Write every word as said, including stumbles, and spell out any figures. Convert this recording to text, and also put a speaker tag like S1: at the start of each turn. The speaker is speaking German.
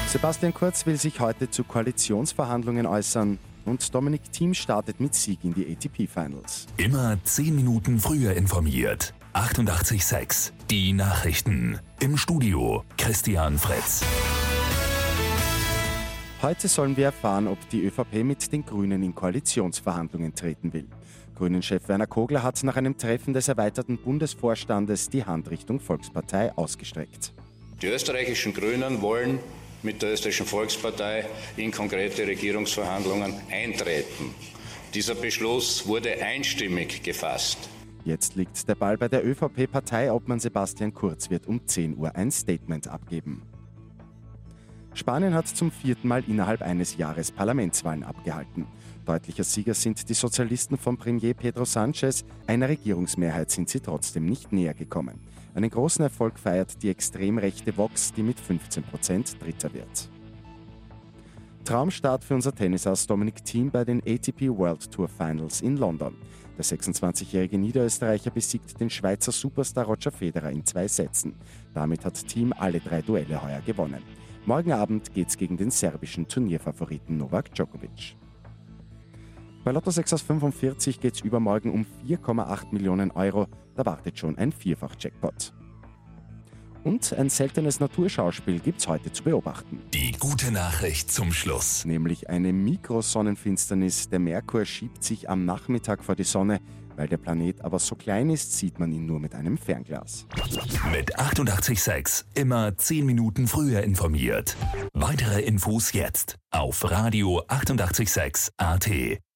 S1: Sebastian Kurz will sich heute zu Koalitionsverhandlungen äußern und Dominic Thiem startet mit Sieg in die A T P-Finals.
S2: Immer zehn Minuten früher informiert. achtundachtzig Komma sechs. Die Nachrichten. Im Studio Christian Fritz.
S1: Heute sollen wir erfahren, ob die ÖVP mit den Grünen in Koalitionsverhandlungen treten will. Grünen-Chef Werner Kogler hat nach einem Treffen des erweiterten Bundesvorstandes die Hand Richtung Volkspartei ausgestreckt.
S3: Die österreichischen Grünen wollen mit der österreichischen Volkspartei in konkrete Regierungsverhandlungen eintreten. Dieser Beschluss wurde einstimmig gefasst.
S1: Jetzt liegt der Ball bei der ÖVP-Parteiobmann Sebastian Kurz wird um zehn Uhr ein Statement abgeben. Spanien hat zum vierten Mal innerhalb eines Jahres Parlamentswahlen abgehalten. Deutlicher Sieger sind die Sozialisten von Premier Pedro Sánchez. Einer Regierungsmehrheit sind sie trotzdem nicht näher gekommen. Einen großen Erfolg feiert die extrem rechte Vox, die mit fünfzehn Prozent Dritter wird. Traumstart für unser Tennisass Dominic Thiem bei den A T P World Tour Finals in London. Der sechsundzwanzigjährige Niederösterreicher besiegt den Schweizer Superstar Roger Federer in zwei Sätzen. Damit hat Thiem alle drei Duelle heuer gewonnen. Morgen Abend geht's gegen den serbischen Turnierfavoriten Novak Djokovic. Bei Lotto sechs aus fünfundvierzig geht's übermorgen um vier Komma acht Millionen Euro. Da wartet schon ein Vierfach-Jackpot. Und ein seltenes Naturschauspiel gibt's heute zu beobachten.
S2: Die gute Nachricht zum Schluss.
S1: Nämlich eine Mikrosonnenfinsternis. Der Merkur schiebt sich am Nachmittag vor die Sonne. Weil der Planet aber so klein ist, sieht man ihn nur mit einem Fernglas.
S2: Mit achtundachtzig Komma sechs immer zehn Minuten früher informiert. Weitere Infos jetzt auf Radio achtundachtzig Komma sechs A T.